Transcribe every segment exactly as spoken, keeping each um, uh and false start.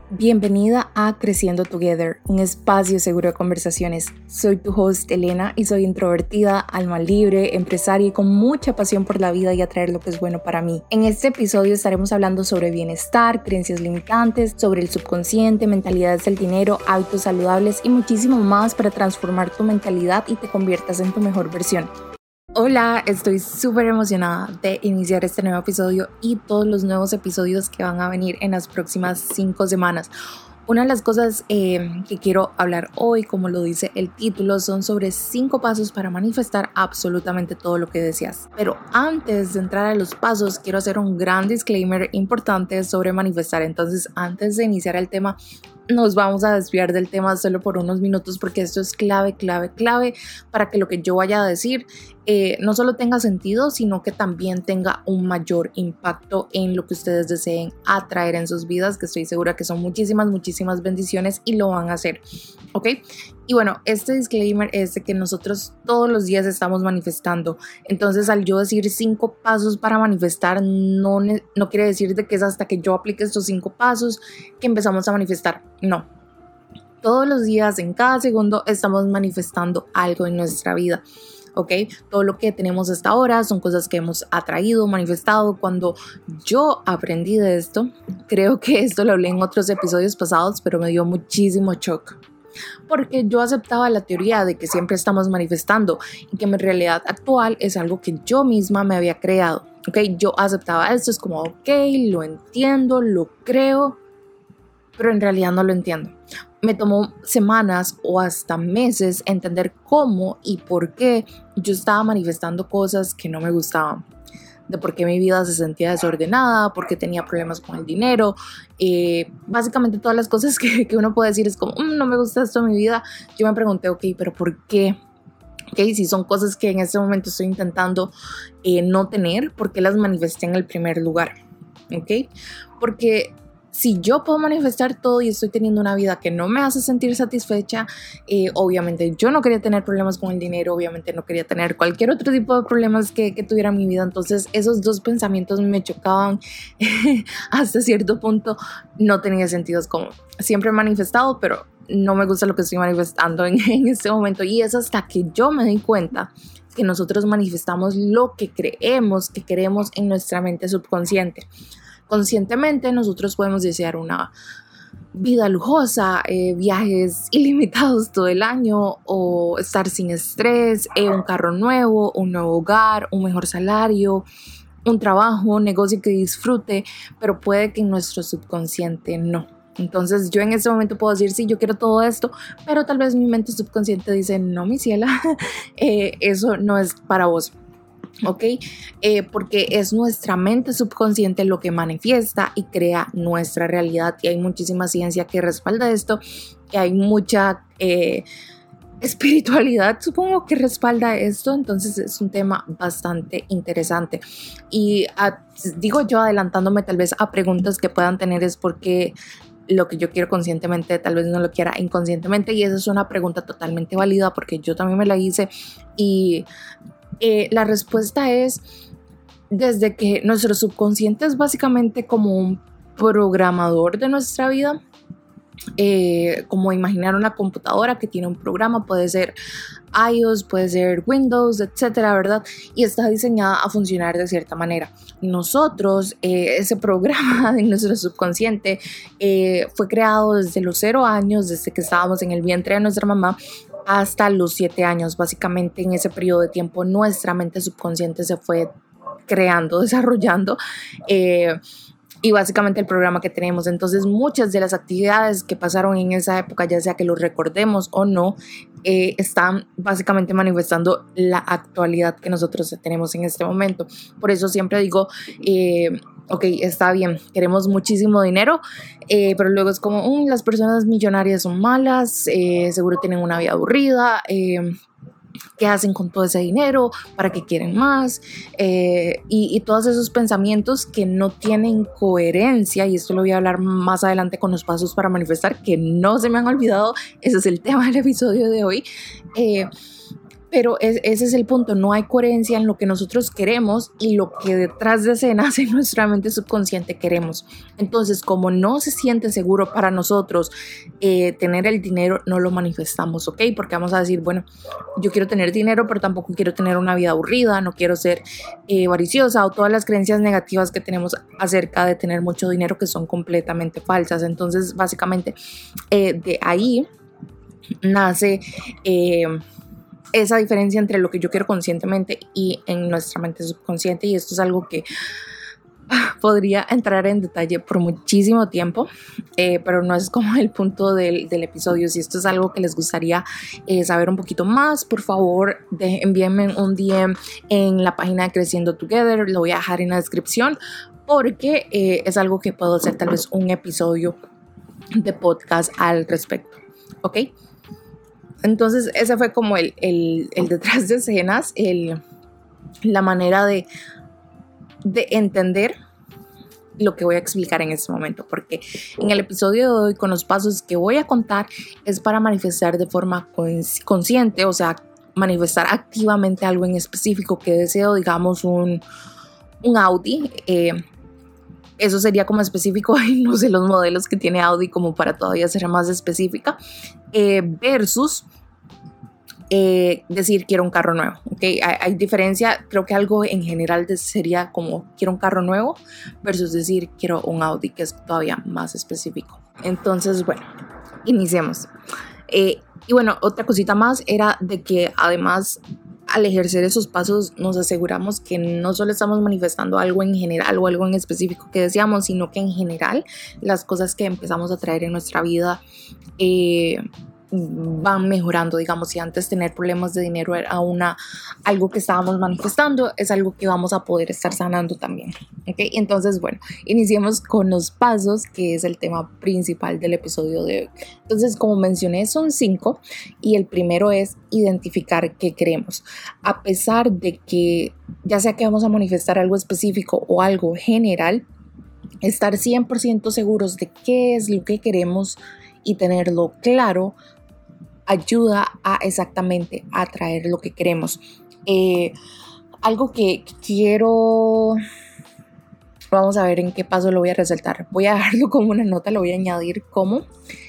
Bienvenida a Creciendo Together, un espacio seguro de conversaciones. Soy tu host Elena y soy introvertida, alma libre, empresaria y con mucha pasión por la vida y atraer lo que es bueno para mí. En este episodio estaremos hablando sobre bienestar, creencias limitantes, sobre el subconsciente, mentalidades del dinero, hábitos saludables y muchísimo más para transformar tu mentalidad y te conviertas en tu mejor versión. Hola, estoy súper emocionada de iniciar este nuevo episodio y todos los nuevos episodios que van a venir en las próximas cinco semanas. Una de las cosas eh, que quiero hablar hoy, como lo dice el título, son sobre cinco pasos para manifestar absolutamente todo lo que deseas. Pero antes de entrar a los pasos, quiero hacer un gran disclaimer importante sobre manifestar. Entonces, antes de iniciar el tema, nos vamos a desviar del tema solo por unos minutos porque esto es clave, clave, clave para que lo que yo vaya a decir eh, no solo tenga sentido, sino que también tenga un mayor impacto en lo que ustedes deseen atraer en sus vidas, que estoy segura que son muchísimas, muchísimas bendiciones y lo van a hacer, ¿ok? Y bueno, este disclaimer es de que nosotros todos los días estamos manifestando. Entonces, al yo decir cinco pasos para manifestar, no, no quiere decir de que es hasta que yo aplique estos cinco pasos que empezamos a manifestar. No. Todos los días, en cada segundo, estamos manifestando algo en nuestra vida. ¿Ok? Todo lo que tenemos hasta ahora son cosas que hemos atraído, manifestado. Cuando yo aprendí de esto, creo que esto lo hablé en otros episodios pasados, pero me dio muchísimo shock. Porque yo aceptaba la teoría de que siempre estamos manifestando y que mi realidad actual es algo que yo misma me había creado. ¿Ok? Yo aceptaba esto, es como, ok, lo entiendo, lo creo, pero en realidad no lo entiendo. Me tomó semanas o hasta meses entender cómo y por qué yo estaba manifestando cosas que no me gustaban. De por qué mi vida se sentía desordenada, por qué tenía problemas con el dinero. Eh, básicamente todas las cosas que, que uno puede decir es como, mmm, no me gusta esto en mi vida. Yo me pregunté, ok, pero ¿por qué? Okay, si son cosas que en este momento estoy intentando eh, no tener, ¿por qué las manifesté en el primer lugar? ¿Okay? Porque si yo puedo manifestar todo y estoy teniendo una vida que no me hace sentir satisfecha, eh, obviamente yo no quería tener problemas con el dinero, obviamente no quería tener cualquier otro tipo de problemas que, que tuviera en mi vida. Entonces esos dos pensamientos me chocaban hasta cierto punto. No tenía sentido, como siempre he manifestado, pero no me gusta lo que estoy manifestando en, en este momento. Y es hasta que yo me di cuenta que nosotros manifestamos lo que creemos que queremos en nuestra mente subconsciente. Conscientemente nosotros podemos desear una vida lujosa, eh, viajes ilimitados todo el año o estar sin estrés, eh, un carro nuevo, un nuevo hogar, un mejor salario, un trabajo, un negocio que disfrute, pero puede que en nuestro subconsciente no. Entonces yo en ese momento puedo decir, sí, yo quiero todo esto, pero tal vez mi mente subconsciente dice, no, mi ciela, eh, eso no es para vos. ¿Ok? Eh, porque es nuestra mente subconsciente lo que manifiesta y crea nuestra realidad, y hay muchísima ciencia que respalda esto, y hay mucha eh, espiritualidad, supongo, que respalda esto. Entonces es un tema bastante interesante y a, digo yo, adelantándome tal vez a preguntas que puedan tener, es porque lo que yo quiero conscientemente tal vez no lo quiera inconscientemente, y esa es una pregunta totalmente válida porque yo también me la hice. Y Eh, la respuesta es, desde que nuestro subconsciente es básicamente como un programador de nuestra vida, eh, como imaginar una computadora que tiene un programa, puede ser iOS, puede ser Windows, etcétera, ¿verdad? Y está diseñada a funcionar de cierta manera. Nosotros, eh, ese programa de nuestro subconsciente eh, fue creado desde los cero años, desde que estábamos en el vientre de nuestra mamá, hasta los siete años. Básicamente en ese periodo de tiempo nuestra mente subconsciente se fue creando, desarrollando eh, y básicamente el programa que tenemos. Entonces muchas de las actividades que pasaron en esa época, ya sea que lo recordemos o no, eh, están básicamente manifestando la actualidad que nosotros tenemos en este momento. Por eso siempre digo, eh, ok, está bien, queremos muchísimo dinero, eh, pero luego es como, um, las personas millonarias son malas, eh, seguro tienen una vida aburrida, eh, ¿qué hacen con todo ese dinero? ¿Para qué quieren más? Eh, y, y todos esos pensamientos que no tienen coherencia, y esto lo voy a hablar más adelante con los pasos para manifestar, que no se me han olvidado, ese es el tema del episodio de hoy. Eh, Pero es, ese es el punto, no hay coherencia en lo que nosotros queremos y lo que detrás de escenas en nuestra mente subconsciente queremos. Entonces, como no se siente seguro para nosotros eh, tener el dinero, no lo manifestamos, ¿ok? Porque vamos a decir, bueno, yo quiero tener dinero, pero tampoco quiero tener una vida aburrida, no quiero ser eh, avariciosa, o todas las creencias negativas que tenemos acerca de tener mucho dinero que son completamente falsas. Entonces, básicamente, eh, de ahí nace... Eh, esa diferencia entre lo que yo quiero conscientemente y en nuestra mente subconsciente, y esto es algo que podría entrar en detalle por muchísimo tiempo, eh, pero no es como el punto del, del episodio. Si esto es algo que les gustaría eh, saber un poquito más, por favor de, envíenme un D M en la página de Creciendo Together, lo voy a dejar en la descripción, porque eh, es algo que puedo hacer tal vez un episodio de podcast al respecto, ¿ok? Entonces ese fue como el, el, el detrás de escenas, el, la manera de, de entender lo que voy a explicar en este momento, porque en el episodio de hoy, con los pasos que voy a contar, es para manifestar de forma consciente, o sea, manifestar activamente algo en específico que deseo, digamos un, un Audi. eh, Eso sería como específico, y no sé los modelos que tiene Audi como para todavía ser más específica, eh, versus eh, decir quiero un carro nuevo, ¿okay? Hay, hay diferencia, creo que algo en general de, sería como quiero un carro nuevo versus decir quiero un Audi, que es todavía más específico. Entonces, bueno, iniciemos. Eh, y bueno, otra cosita más era de que además, al ejercer esos pasos, nos aseguramos que no solo estamos manifestando algo en general o algo en específico que deseamos, sino que en general las cosas que empezamos a traer en nuestra vida eh, van mejorando. Digamos, si antes tener problemas de dinero era una, algo que estábamos manifestando, es algo que vamos a poder estar sanando también, ¿okay? Entonces, bueno, iniciemos con los pasos, que es el tema principal del episodio de hoy. Entonces, como mencioné, son cinco, y el primero es identificar qué queremos. A pesar de que ya sea que vamos a manifestar algo específico o algo general, estar cien por ciento seguros de qué es lo que queremos y tenerlo claro ayuda a exactamente atraer lo que queremos. Eh, algo que quiero, vamos a ver en qué paso lo voy a resaltar. Voy a dejarlo como una nota, lo voy a añadir como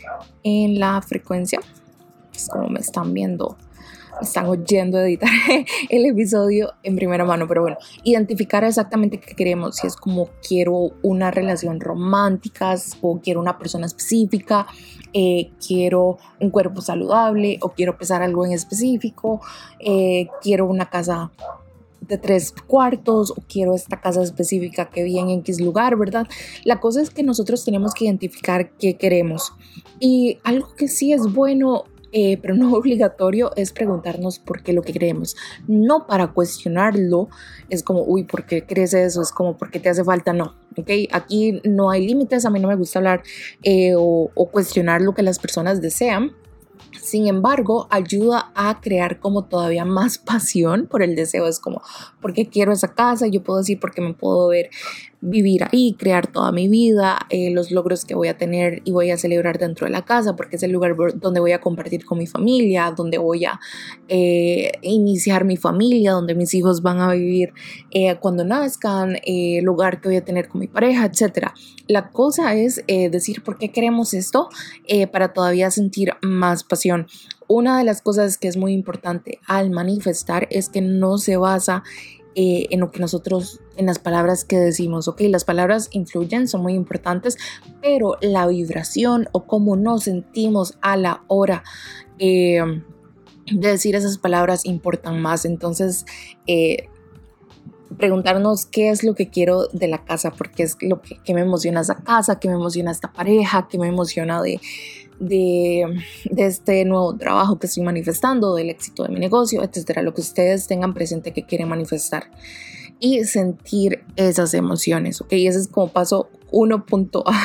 en la frecuencia. Es como me están viendo, me están oyendo editar el episodio en primera mano, pero bueno, identificar exactamente qué queremos. Si es como quiero una relación romántica, o quiero una persona específica, eh, quiero un cuerpo saludable, o quiero pesar algo en específico, eh, quiero una casa de tres cuartos, o quiero esta casa específica que vi en X lugar, ¿verdad? La cosa es que nosotros tenemos que identificar qué queremos, y algo que sí es bueno, Eh, pero no obligatorio, es preguntarnos por qué lo que queremos, no para cuestionarlo. Es como, uy, ¿por qué crees eso? Es como, ¿por qué te hace falta? No, ¿ok? Aquí no hay límites. A mí no me gusta hablar eh, o, o cuestionar lo que las personas desean. Sin embargo, ayuda a crear como todavía más pasión por el deseo. Es como, ¿por qué quiero esa casa? Yo puedo decir porque me puedo ver vivir ahí, crear toda mi vida, eh, los logros que voy a tener y voy a celebrar dentro de la casa, porque es el lugar donde voy a compartir con mi familia, donde voy a eh, iniciar mi familia, donde mis hijos van a vivir eh, cuando nazcan, eh, el lugar que voy a tener con mi pareja, etcétera. La cosa es eh, decir por qué queremos esto, eh, para todavía sentir más pasión. Una de las cosas que es muy importante al manifestar es que no se basa Eh, en lo que nosotros, en las palabras que decimos, ok, las palabras influyen, son muy importantes, pero la vibración o cómo nos sentimos a la hora eh, de decir esas palabras importan más. Entonces, eh, preguntarnos qué es lo que quiero de la casa, porque es lo que, que me emociona esa casa, que me emociona esta pareja, que me emociona de De, de este nuevo trabajo que estoy manifestando, del éxito de mi negocio, etcétera. Lo que ustedes tengan presente que quieren manifestar, y sentir esas emociones, ok. Ese es como paso uno punto A.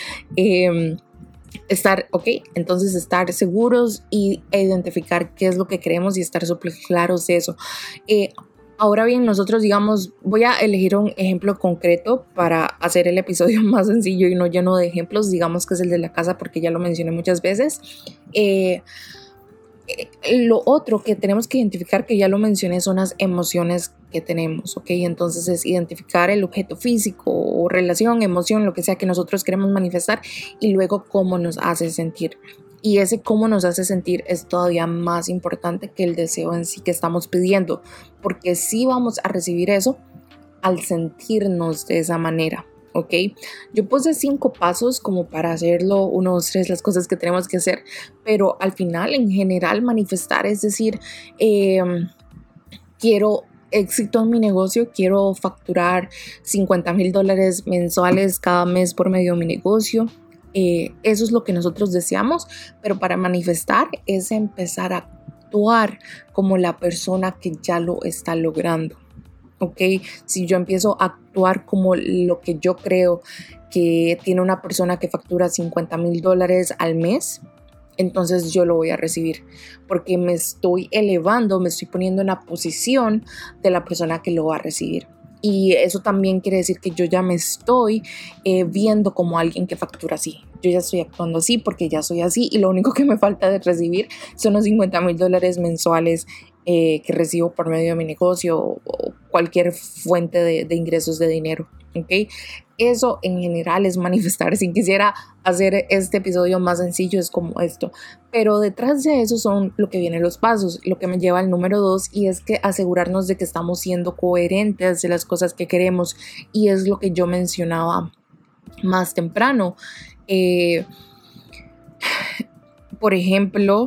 eh, estar, ok, entonces estar seguros y identificar qué es lo que queremos y estar súper claros de eso. Eh, Ahora bien, nosotros, digamos, voy a elegir un ejemplo concreto para hacer el episodio más sencillo y no lleno de ejemplos. Digamos que es el de la casa, porque ya lo mencioné muchas veces. Eh, Lo otro que tenemos que identificar, que ya lo mencioné, son las emociones que tenemos, ¿ok? Entonces es identificar el objeto físico o relación, emoción, lo que sea que nosotros queremos manifestar y luego cómo nos hace sentir. Y ese cómo nos hace sentir es todavía más importante que el deseo en sí que estamos pidiendo, porque sí vamos a recibir eso al sentirnos de esa manera. ¿Ok? Yo puse cinco pasos como para hacerlo, uno, dos, tres, las cosas que tenemos que hacer, pero al final, en general, manifestar, es decir, eh, quiero éxito en mi negocio, quiero facturar cincuenta mil dólares mensuales cada mes por medio de mi negocio. Eh, eso es lo que nosotros deseamos, pero para manifestar es empezar a actuar como la persona que ya lo está logrando. Ok, si yo empiezo a actuar como lo que yo creo que tiene una persona que factura cincuenta mil dólares al mes, entonces yo lo voy a recibir porque me estoy elevando, me estoy poniendo en la posición de la persona que lo va a recibir. Y eso también quiere decir que yo ya me estoy eh, viendo como alguien que factura así. Yo ya estoy actuando así porque ya soy así y lo único que me falta de recibir son los cincuenta mil dólares mensuales eh, que recibo por medio de mi negocio o, o cualquier fuente de, de ingresos de dinero. ¿Okay? Eso en general es manifestar. Si quisiera hacer este episodio más sencillo es como esto, pero detrás de eso son lo que vienen los pasos, lo que me lleva al número dos, y es que asegurarnos de que estamos siendo coherentes de las cosas que queremos, y es lo que yo mencionaba más temprano. Eh, por ejemplo,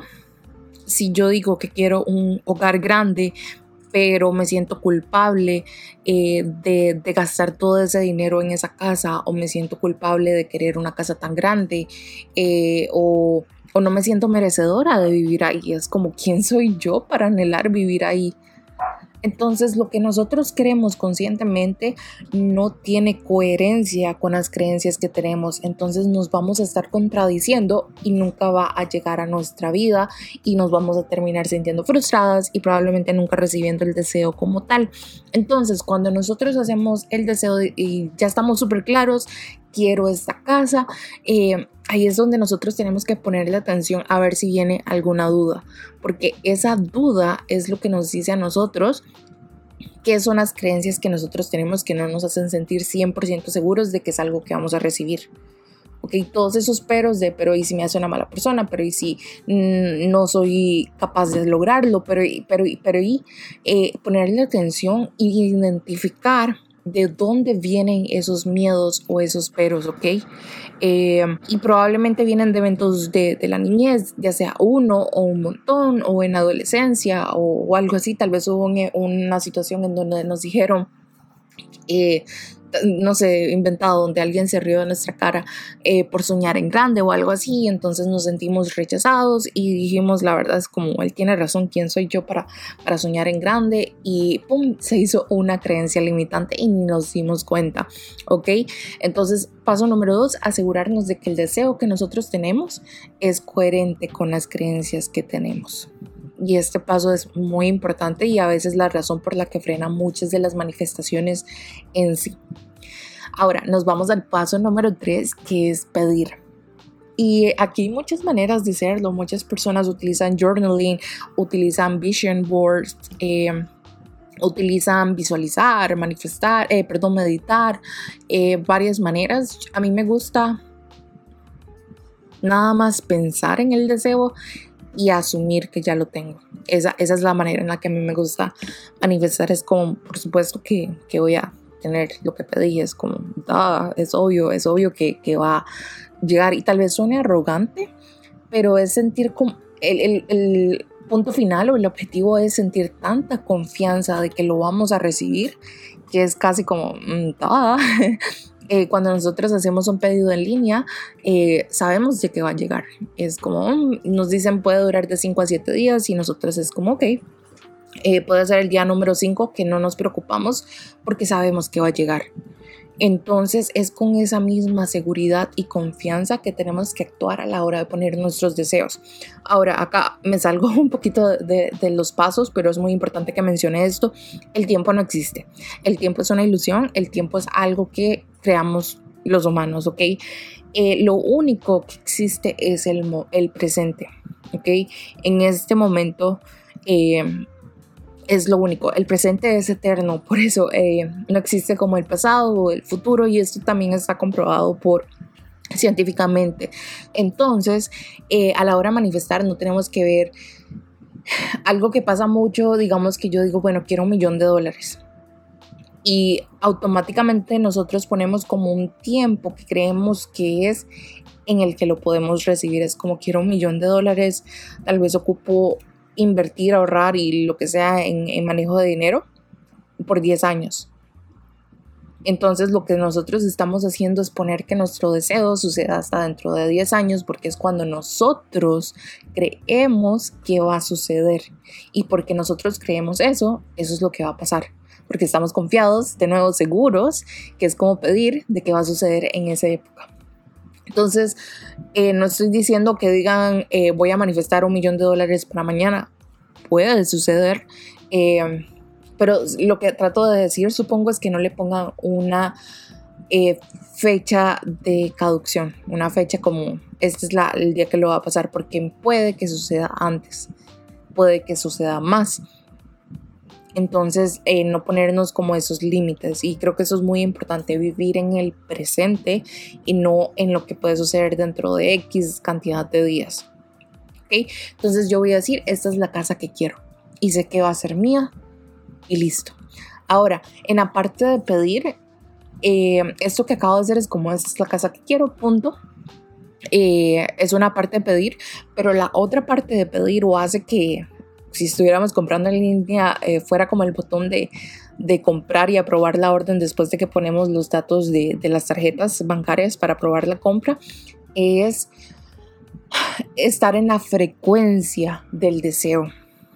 si yo digo que quiero un hogar grande, pero me siento culpable eh, de, de gastar todo ese dinero en esa casa, o me siento culpable de querer una casa tan grande, eh, o, o no me siento merecedora de vivir ahí. Es como, ¿quién soy yo para anhelar vivir ahí? Entonces, lo que nosotros queremos conscientemente no tiene coherencia con las creencias que tenemos. Entonces nos vamos a estar contradiciendo y nunca va a llegar a nuestra vida y nos vamos a terminar sintiendo frustradas y probablemente nunca recibiendo el deseo como tal. Entonces, cuando nosotros hacemos el deseo y ya estamos súper claros, quiero esta casa, eh, ahí es donde nosotros tenemos que ponerle atención a ver si viene alguna duda, porque esa duda es lo que nos dice a nosotros qué son las creencias que nosotros tenemos que no nos hacen sentir cien por ciento seguros de que es algo que vamos a recibir. Ok, todos esos peros de, pero y si me hace una mala persona, pero y si mmm, no soy capaz de lograrlo, pero y, pero y, pero y eh, ponerle atención y identificar de dónde vienen esos miedos o esos peros, ¿ok? Eh, y probablemente vienen de eventos de, de la niñez, ya sea uno o un montón, o en adolescencia o, o algo así. Tal vez hubo un, una situación en donde nos dijeron, eh, no sé, inventado, donde alguien se rió de nuestra cara eh, por soñar en grande o algo así. Entonces nos sentimos rechazados y dijimos, la verdad es como, él tiene razón, ¿quién soy yo para, para soñar en grande? Y pum, se hizo una creencia limitante y ni nos dimos cuenta, ¿ok? Entonces, paso número dos, asegurarnos de que el deseo que nosotros tenemos es coherente con las creencias que tenemos. Y este paso es muy importante y a veces la razón por la que frena muchas de las manifestaciones en sí. Ahora nos vamos al paso número tres, que es pedir. Y aquí hay muchas maneras de hacerlo. Muchas personas utilizan journaling, utilizan vision boards, eh, utilizan visualizar, manifestar, eh, perdón, meditar, eh, varias maneras. A mí me gusta nada más pensar en el deseo y asumir que ya lo tengo. Esa, esa es la manera en la que a mí me gusta manifestar. Es como, por supuesto que, que voy a tener lo que pedí. Es como, ah, es obvio, es obvio que, que va a llegar. Y tal vez suene arrogante, pero es sentir como el, el, el punto final o el objetivo es sentir tanta confianza de que lo vamos a recibir, que es casi como, ah, Eh, cuando nosotros hacemos un pedido en línea, eh, sabemos de qué va a llegar. Es como, um, nos dicen puede durar de cinco a siete días y nosotros es como, ok, eh, puede ser el día número cinco que no nos preocupamos porque sabemos que va a llegar. Entonces es con esa misma seguridad y confianza que tenemos que actuar a la hora de poner nuestros deseos. Ahora acá me salgo un poquito de, de los pasos, pero es muy importante que mencione esto. El tiempo no existe. El tiempo es una ilusión. El tiempo es algo que creamos los humanos, ¿ok? Eh, lo único que existe es el, el presente. ¿ok? En este momento eh, es lo único. El presente es eterno, por eso eh, no existe como el pasado o el futuro, y esto también está comprobado por científicamente. Entonces, eh, a la hora de manifestar no tenemos que ver algo que pasa mucho. Digamos que yo digo, bueno, quiero un millón de dólares. Y automáticamente nosotros ponemos como un tiempo que creemos que es en el que lo podemos recibir. Es como quiero un millón de dólares, tal vez ocupo invertir, ahorrar y lo que sea en, en manejo de dinero por diez años. Entonces lo que nosotros estamos haciendo es poner que nuestro deseo suceda hasta dentro de diez años, porque es cuando nosotros creemos que va a suceder. Y porque nosotros creemos eso, eso es lo que va a pasar. Porque estamos confiados, de nuevo seguros, que es como pedir de qué va a suceder en esa época. Entonces, eh, no estoy diciendo que digan eh, voy a manifestar un millón de dólares para mañana. Puede suceder, eh, pero lo que trato de decir, supongo, es que no le pongan una eh, fecha de caducción, una fecha como este es la, el día que lo va a pasar, porque puede que suceda antes, puede que suceda más. Entonces, eh, no ponernos como esos límites, y creo que eso es muy importante, vivir en el presente y no en lo que puede suceder dentro de X cantidad de días. ¿Okay? Entonces yo voy a decir, esta es la casa que quiero y sé que va a ser mía y listo. Ahora, en la parte de pedir, eh, esto que acabo de hacer es como esta es la casa que quiero, punto. Eh, es una parte de pedir, pero la otra parte de pedir o hace que si estuviéramos comprando en línea, eh, fuera como el botón de, de comprar y aprobar la orden después de que ponemos los datos de, de las tarjetas bancarias para aprobar la compra, es estar en la frecuencia del deseo.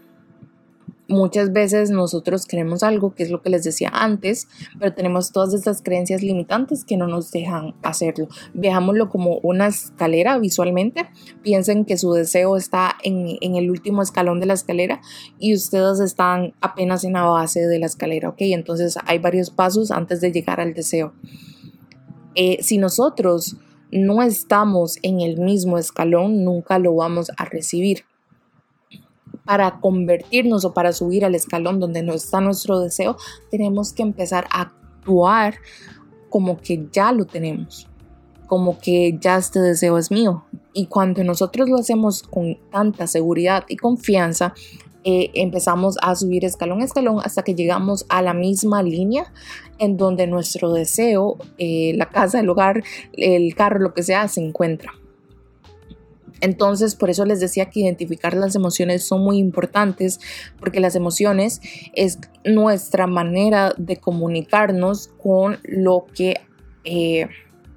Muchas veces nosotros queremos algo, que es lo que les decía antes, pero tenemos todas estas creencias limitantes que no nos dejan hacerlo. Veámoslo como una escalera visualmente. Piensen que su deseo está en, en el último escalón de la escalera y ustedes están apenas en la base de la escalera, ¿ok? Entonces hay varios pasos antes de llegar al deseo. Eh, si nosotros no estamos en el mismo escalón, nunca lo vamos a recibir. Para convertirnos o para subir al escalón donde no está nuestro deseo, tenemos que empezar a actuar como que ya lo tenemos, como que ya este deseo es mío. Y cuando nosotros lo hacemos con tanta seguridad y confianza, eh, empezamos a subir escalón a escalón hasta que llegamos a la misma línea en donde nuestro deseo, eh, la casa, el hogar, el carro, lo que sea, se encuentra. Entonces, por eso les decía que identificar las emociones son muy importantes, porque las emociones es nuestra manera de comunicarnos con lo que eh,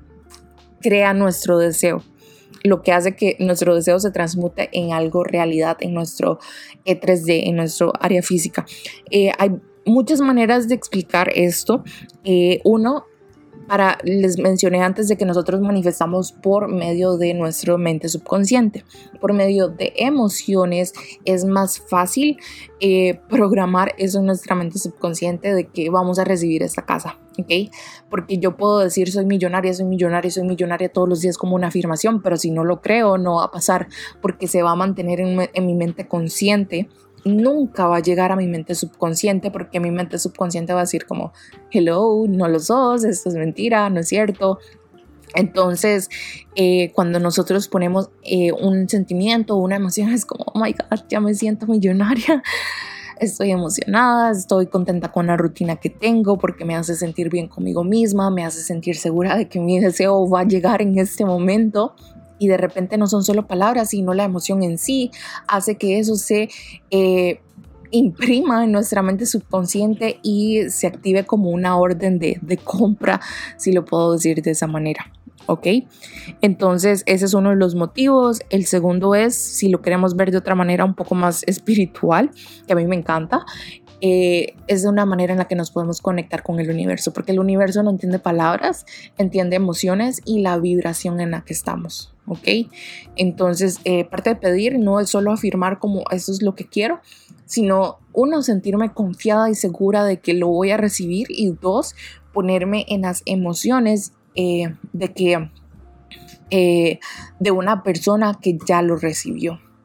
crea nuestro deseo, lo que hace que nuestro deseo se transmute en algo realidad, en nuestro E tres D, en nuestro área física. Eh, hay muchas maneras de explicar esto. Eh, uno, Para, les mencioné antes de que nosotros manifestamos por medio de nuestra mente subconsciente, por medio de emociones. Es más fácil eh, programar eso en nuestra mente subconsciente de que vamos a recibir esta casa, ¿ok? Porque yo puedo decir soy millonaria, soy millonaria, soy millonaria todos los días como una afirmación, pero si no lo creo no va a pasar, porque se va a mantener en, en mi mente consciente. Nunca va a llegar a mi mente subconsciente, porque mi mente subconsciente va a decir como hello, no lo sos, esto es mentira, no es cierto. Entonces eh, cuando nosotros ponemos eh, un sentimiento, una emoción, es como oh my god, ya me siento millonaria, estoy emocionada, estoy contenta con la rutina que tengo porque me hace sentir bien conmigo misma, me hace sentir segura de que mi deseo va a llegar en este momento. Y de repente no son solo palabras, sino la emoción en sí hace que eso se eh, imprima en nuestra mente subconsciente y se active como una orden de, de compra, si lo puedo decir de esa manera. ¿Ok? Entonces ese es uno de los motivos. El segundo es, si lo queremos ver de otra manera un poco más espiritual, que a mí me encanta, Eh, es de una manera en la que nos podemos conectar con el universo, porque el universo no entiende palabras, entiende emociones y la vibración en la que estamos, ¿ok? Entonces, eh, parte de pedir no es solo afirmar como eso es lo que quiero, sino uno, sentirme confiada y segura de que lo voy a recibir, y dos, ponerme en las emociones eh, de que eh, de una persona que ya lo recibió.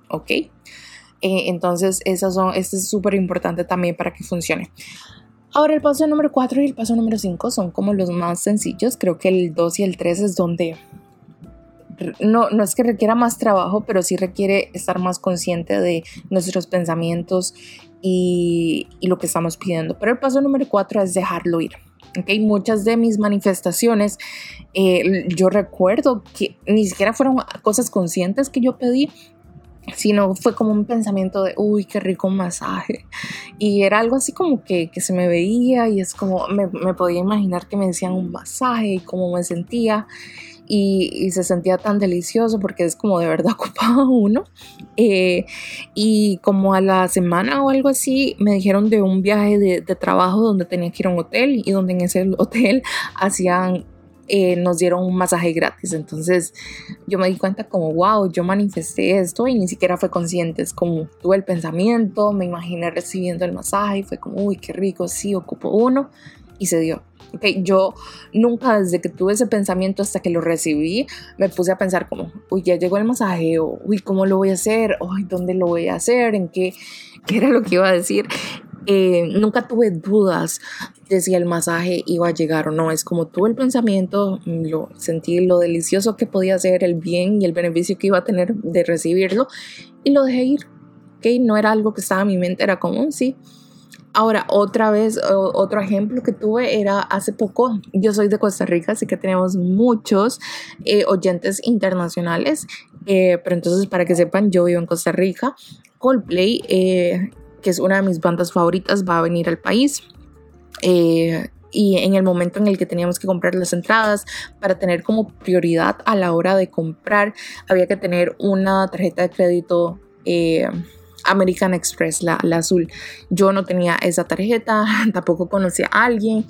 ¿ok? Eh, entonces, esas son, esto es súper importante también para que funcione. Ahora, el paso número cuatro y el paso número cinco son como los más sencillos. Creo que el dos y el tres es donde no, no es que requiera más trabajo, pero sí requiere estar más consciente de nuestros pensamientos y, y lo que estamos pidiendo. Pero el paso número cuatro es dejarlo ir. Okay, muchas de mis manifestaciones, eh, yo recuerdo que ni siquiera fueron cosas conscientes que yo pedí, sino fue como un pensamiento de, uy, qué rico masaje. Y era algo así como que, que se me veía y es como, me, me podía imaginar que me decían un masaje y cómo me sentía. Y, y se sentía tan delicioso porque es como de verdad ocupaba uno. Eh, y como a la semana o algo así me dijeron de un viaje de, de trabajo donde tenía que ir a un hotel y donde en ese hotel hacían, eh, nos dieron un masaje gratis. Entonces yo me di cuenta como wow, yo manifesté esto y ni siquiera fue consciente. Es como tuve el pensamiento, me imaginé recibiendo el masaje y fue como uy, qué rico, sí, ocupo uno y se dio. Okay, yo nunca desde que tuve ese pensamiento hasta que lo recibí me puse a pensar como, uy, ya llegó el masaje, o uy, ¿cómo lo voy a hacer? Uy, ¿dónde lo voy a hacer? ¿En qué? ¿Qué era lo que iba a decir? Eh, nunca tuve dudas de si el masaje iba a llegar o no. Es como tuve el pensamiento, lo sentí lo delicioso que podía ser, el bien y el beneficio que iba a tener de recibirlo y lo dejé ir. Okay, no era algo que estaba en mi mente, era como un sí. Ahora, otra vez, otro ejemplo que tuve era hace poco, yo soy de Costa Rica, así que tenemos muchos eh, oyentes internacionales, eh, pero entonces para que sepan, yo vivo en Costa Rica. Coldplay, eh, que es una de mis bandas favoritas, va a venir al país. Eh, y en el momento en el que teníamos que comprar las entradas, para tener como prioridad a la hora de comprar, había que tener una tarjeta de crédito eh, American Express, la, la azul. Yo no tenía esa tarjeta, tampoco conocía a alguien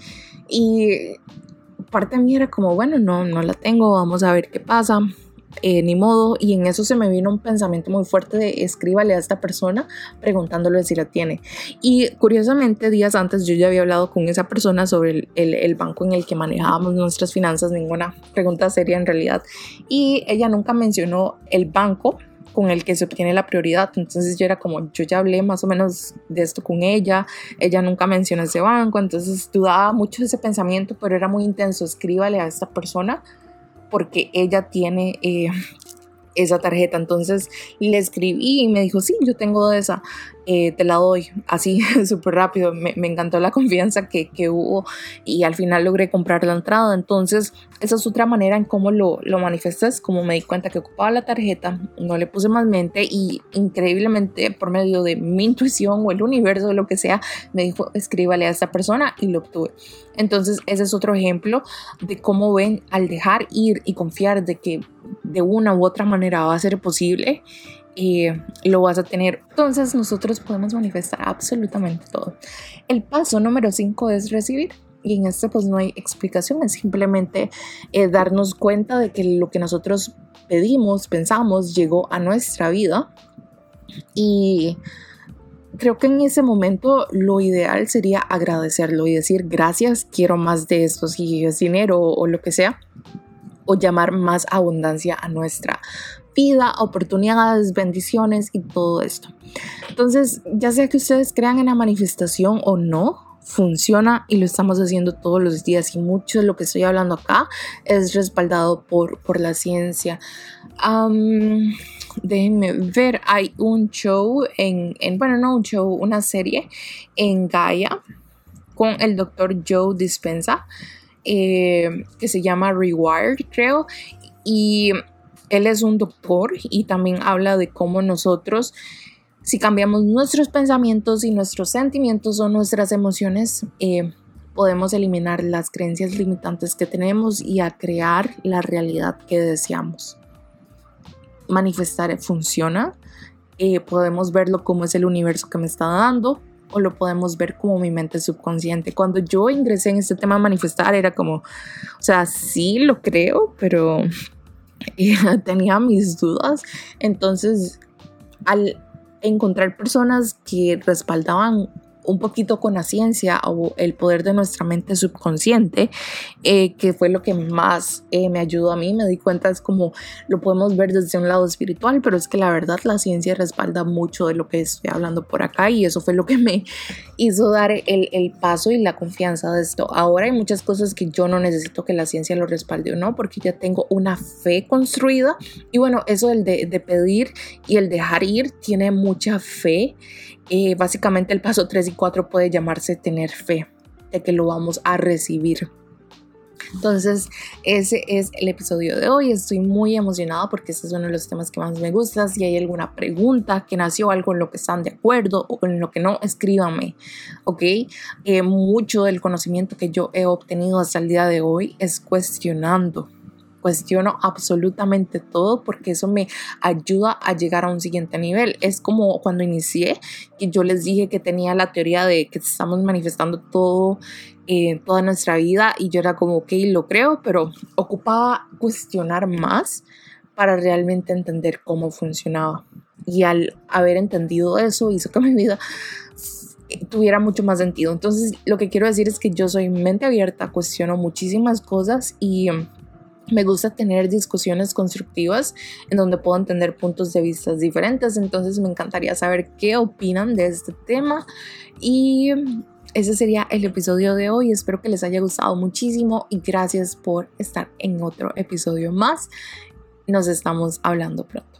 y parte de mí era como, bueno, no, no la tengo, vamos a ver qué pasa. Eh, ni modo, y en eso se me vino un pensamiento muy fuerte de escríbale a esta persona preguntándole si la tiene. Y curiosamente días antes yo ya había hablado con esa persona sobre el, el, el banco en el que manejábamos nuestras finanzas, ninguna pregunta seria en realidad, y ella nunca mencionó el banco con el que se obtiene la prioridad. Entonces yo era como, yo ya hablé más o menos de esto con ella, ella nunca mencionó ese banco, entonces dudaba mucho de ese pensamiento, pero era muy intenso, escríbale a esta persona porque ella tiene eh, esa tarjeta. Entonces le escribí y me dijo, sí, yo tengo esa, eh, te la doy, así súper rápido. Me, me encantó la confianza que, que hubo y al final logré comprar la entrada. Entonces esa es otra manera en cómo lo, lo manifestas. Como me di cuenta que ocupaba la tarjeta, no le puse más mente y increíblemente por medio de mi intuición o el universo o lo que sea, me dijo escríbale a esta persona y lo obtuve. Entonces ese es otro ejemplo de cómo ven, al dejar ir y confiar de que de una u otra manera va a ser posible, y lo vas a tener. Entonces nosotros podemos manifestar absolutamente todo. El paso número cinco es recibir, y en este pues no hay explicación, es simplemente eh, darnos cuenta de que lo que nosotros pedimos, pensamos, llegó a nuestra vida. Y creo que en ese momento lo ideal sería agradecerlo y decir gracias, quiero más de esto, si es dinero o, o lo que sea, o llamar más abundancia a nuestra vida, oportunidades, bendiciones y todo esto. Entonces, ya sea que ustedes crean en la manifestación o no, funciona y lo estamos haciendo todos los días, y mucho de lo que estoy hablando acá es respaldado por, por la ciencia. Um, déjenme ver, hay un show en, en, bueno, no un show, una serie en Gaia con el doctor Joe Dispenza, eh, que se llama Rewired, creo, y él es un doctor y también habla de cómo nosotros, si cambiamos nuestros pensamientos y nuestros sentimientos o nuestras emociones, eh, podemos eliminar las creencias limitantes que tenemos y a crear la realidad que deseamos. Manifestar funciona, eh, podemos verlo como es el universo que me está dando, o lo podemos ver como mi mente subconsciente. Cuando yo ingresé en este tema de manifestar era como, o sea, sí lo creo, pero eh, tenía mis dudas. Entonces, al encontrar personas que respaldaban un poquito con la ciencia o el poder de nuestra mente subconsciente, eh, que fue lo que más eh, me ayudó a mí. Me di cuenta, es como lo podemos ver desde un lado espiritual, pero es que la verdad la ciencia respalda mucho de lo que estoy hablando por acá, y eso fue lo que me hizo dar el, el paso y la confianza de esto. Ahora hay muchas cosas que yo no necesito que la ciencia lo respalde o no, porque ya tengo una fe construida. Y bueno, eso del de, de pedir y el dejar ir tiene mucha fe. Eh, básicamente el paso tres y cuatro puede llamarse tener fe de que lo vamos a recibir. Entonces ese es el episodio de hoy. Estoy muy emocionada porque este es uno de los temas que más me gusta. Si hay alguna pregunta que nació, algo en lo que están de acuerdo o en lo que no, escríbanme, ¿ok? Eh, mucho del conocimiento que yo he obtenido hasta el día de hoy es cuestionando. Cuestiono absolutamente todo porque eso me ayuda a llegar a un siguiente nivel. Es como cuando inicié, que yo les dije que tenía la teoría de que estamos manifestando todo, eh, toda nuestra vida, y yo era como, ok, lo creo, pero ocupaba cuestionar más para realmente entender cómo funcionaba. Y al haber entendido eso, hizo que mi vida tuviera mucho más sentido. Entonces, lo que quiero decir es que yo soy mente abierta, cuestiono muchísimas cosas y me gusta tener discusiones constructivas en donde puedo entender puntos de vista diferentes. Entonces me encantaría saber qué opinan de este tema, y ese sería el episodio de hoy. Espero que les haya gustado muchísimo y gracias por estar en otro episodio más. Nos estamos hablando pronto.